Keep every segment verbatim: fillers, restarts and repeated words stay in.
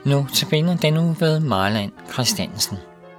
Nu tabiner den uge ved Marland Christiansen.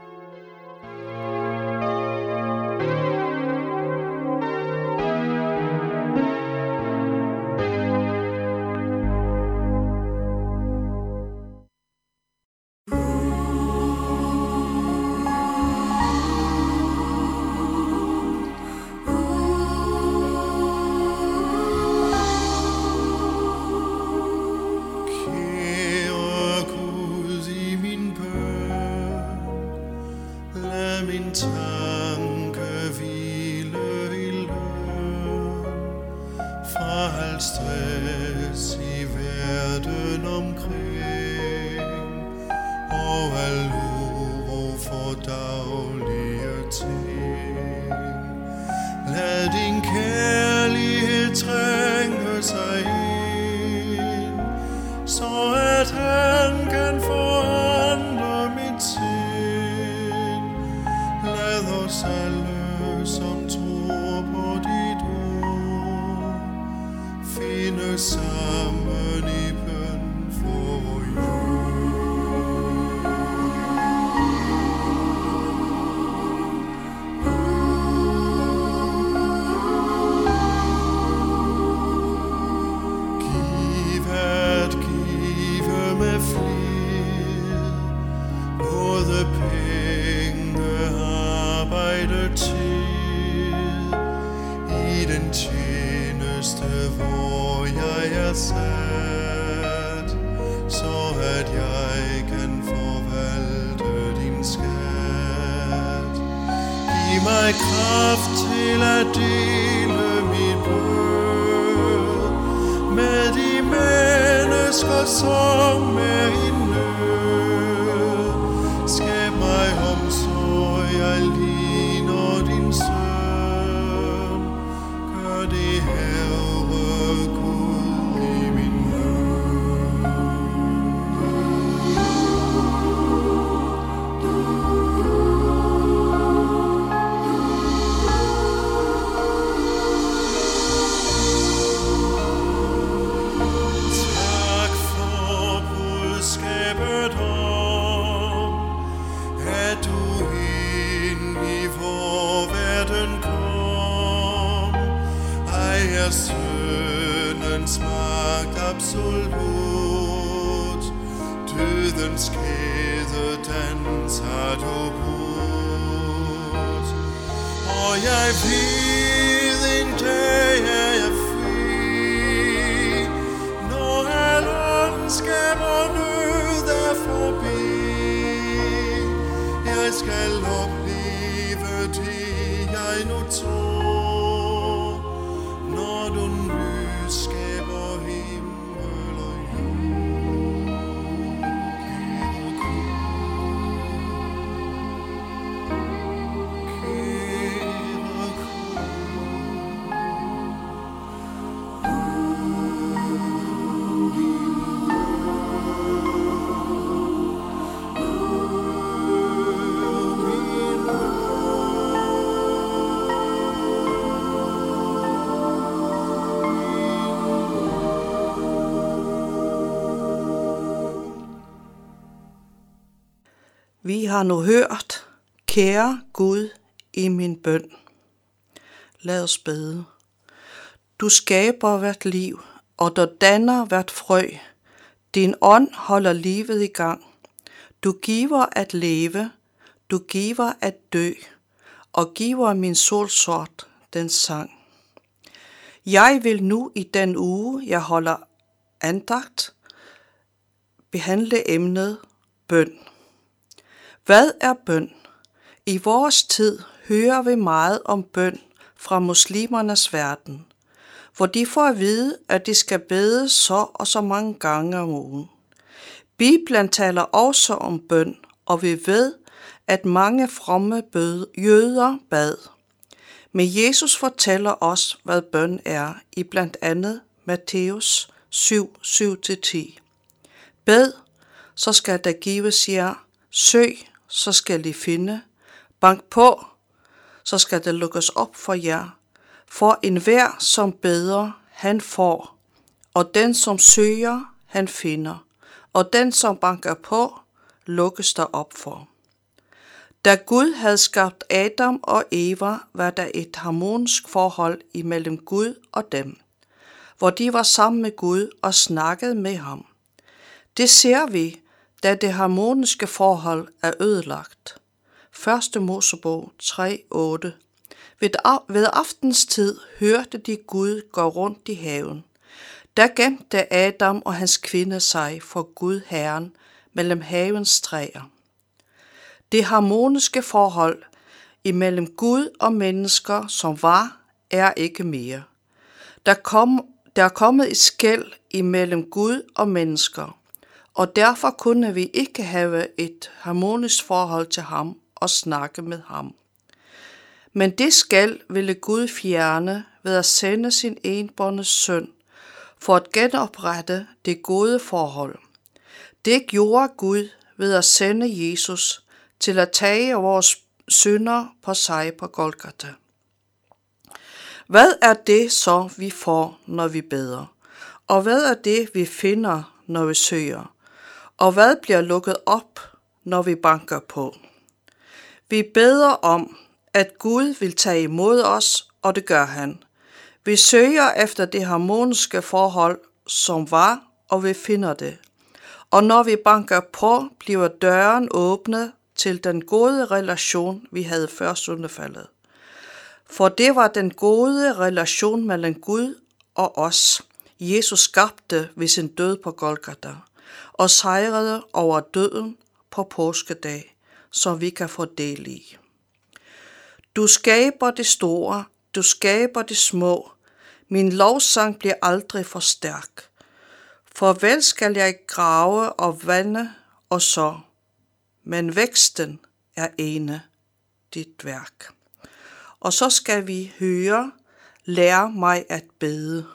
Min tanke hvile i løn fra al stress i verden omkring og al uro for daglige ting. Lad din kærlighed trænge sig ind, så at han kan forandre mit sind. Lad os alle, som tror på dit ord, finde sammen i bøn for jord. Giv at give med flere, både penge, arbejde, tid i den tjeneste, hvor jeg er sat, så at jeg kan forvalte din skat. Giv mig kraft til at dele mit brød med de mennesker, som er i nød. Skab mig omsorg, jeg ligner din søn. Gør det, Herre Gud, i min Tak for budskabet om, at du ind i vor verden kom. Ej er syndens magt absolut, dødens kædedans har du brudt. Og jeg ved, en dag er jeg fri, når al ondskab og nød er forbi. Jeg skal opleve det, jeg nu tror, når du lys skaber himmel og jord. Kære Gud, kære Vi har nu hørt, kære Gud, i min bøn. Lad os bede. Du skaber hvert liv, og du danner hvert frø. Din ånd holder livet i gang. Du giver at leve, du giver at dø, og giver min solsort den sang. Jeg vil nu i den uge, jeg holder andagt, behandle emnet bøn. Hvad er bøn? I vores tid hører vi meget om bøn fra muslimernes verden, hvor de får at vide, at de skal bede så og så mange gange om ugen. Bibelen taler også om bøn, og vi ved, at mange fromme bød, jøder bad. Men Jesus fortæller os, hvad bøn er, i blandt andet Matthæus syv, syv til ti. Bed, så skal der gives jer. Søg, så skal I finde. Bank på, så skal det lukkes op for jer. For enhver, som beder, han får, og den, som søger, han finder, og den, som banker på, lukkes der op for. Da Gud havde skabt Adam og Eva, var der et harmonisk forhold imellem Gud og dem, hvor de var sammen med Gud og snakkede med ham. Det ser vi, da det harmoniske forhold er ødelagt. første Mosebog tre otte. Ved aftenstid hørte de Gud gå rundt i haven. Der gemte Adam og hans kvinde sig for Gud Herren mellem havens træer. Det harmoniske forhold imellem Gud og mennesker, som var, er ikke mere. Der, kom, der er kommet et skel imellem Gud og mennesker, og derfor kunne vi ikke have et harmonisk forhold til ham og snakke med ham. Men det skel ville Gud fjerne ved at sende sin enbårne søn for at genoprette det gode forhold. Det gjorde Gud ved at sende Jesus til at tage vores synder på sig på Golgata. Hvad er det så, vi får, når vi beder? Og hvad er det, vi finder, når vi søger? Og hvad bliver lukket op, når vi banker på? Vi beder om, at Gud vil tage imod os, og det gør han. Vi søger efter det harmoniske forhold, som var, og vi finder det. Og når vi banker på, bliver døren åbnet til den gode relation, vi havde før syndefaldet. For det var den gode relation mellem Gud og os, Jesus skabte ved sin død på Golgata, og sejrede over døden på påskedag, som vi kan få del i. Du skaber det store, du skaber det små. Min lovsang bliver aldrig for stærk. For vel skal jeg grave og vande og så, men væksten er ene dit værk. Og så skal vi høre, lær mig at bede.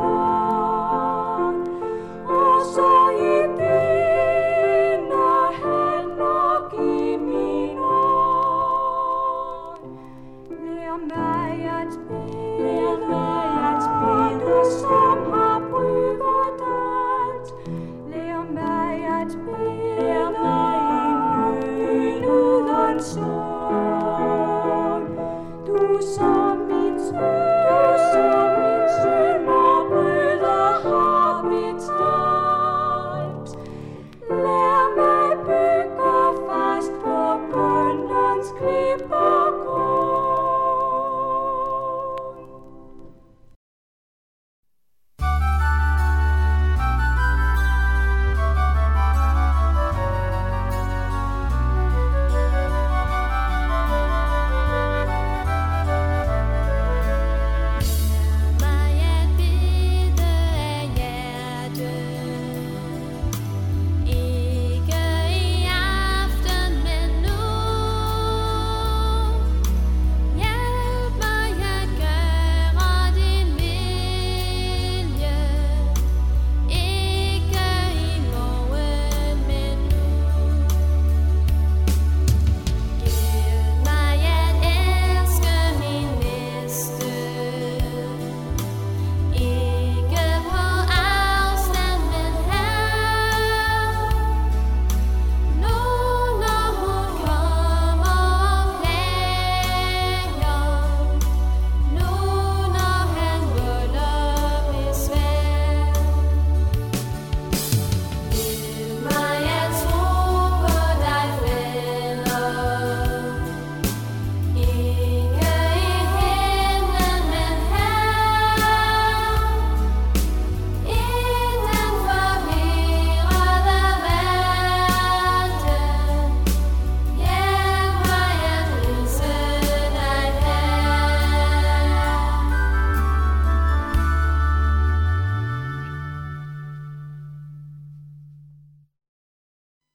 Så i dine Lær mig at spille, lær mig at spille, som har prøvet alt. Lær mig at spille uden sorg. Du som min søn.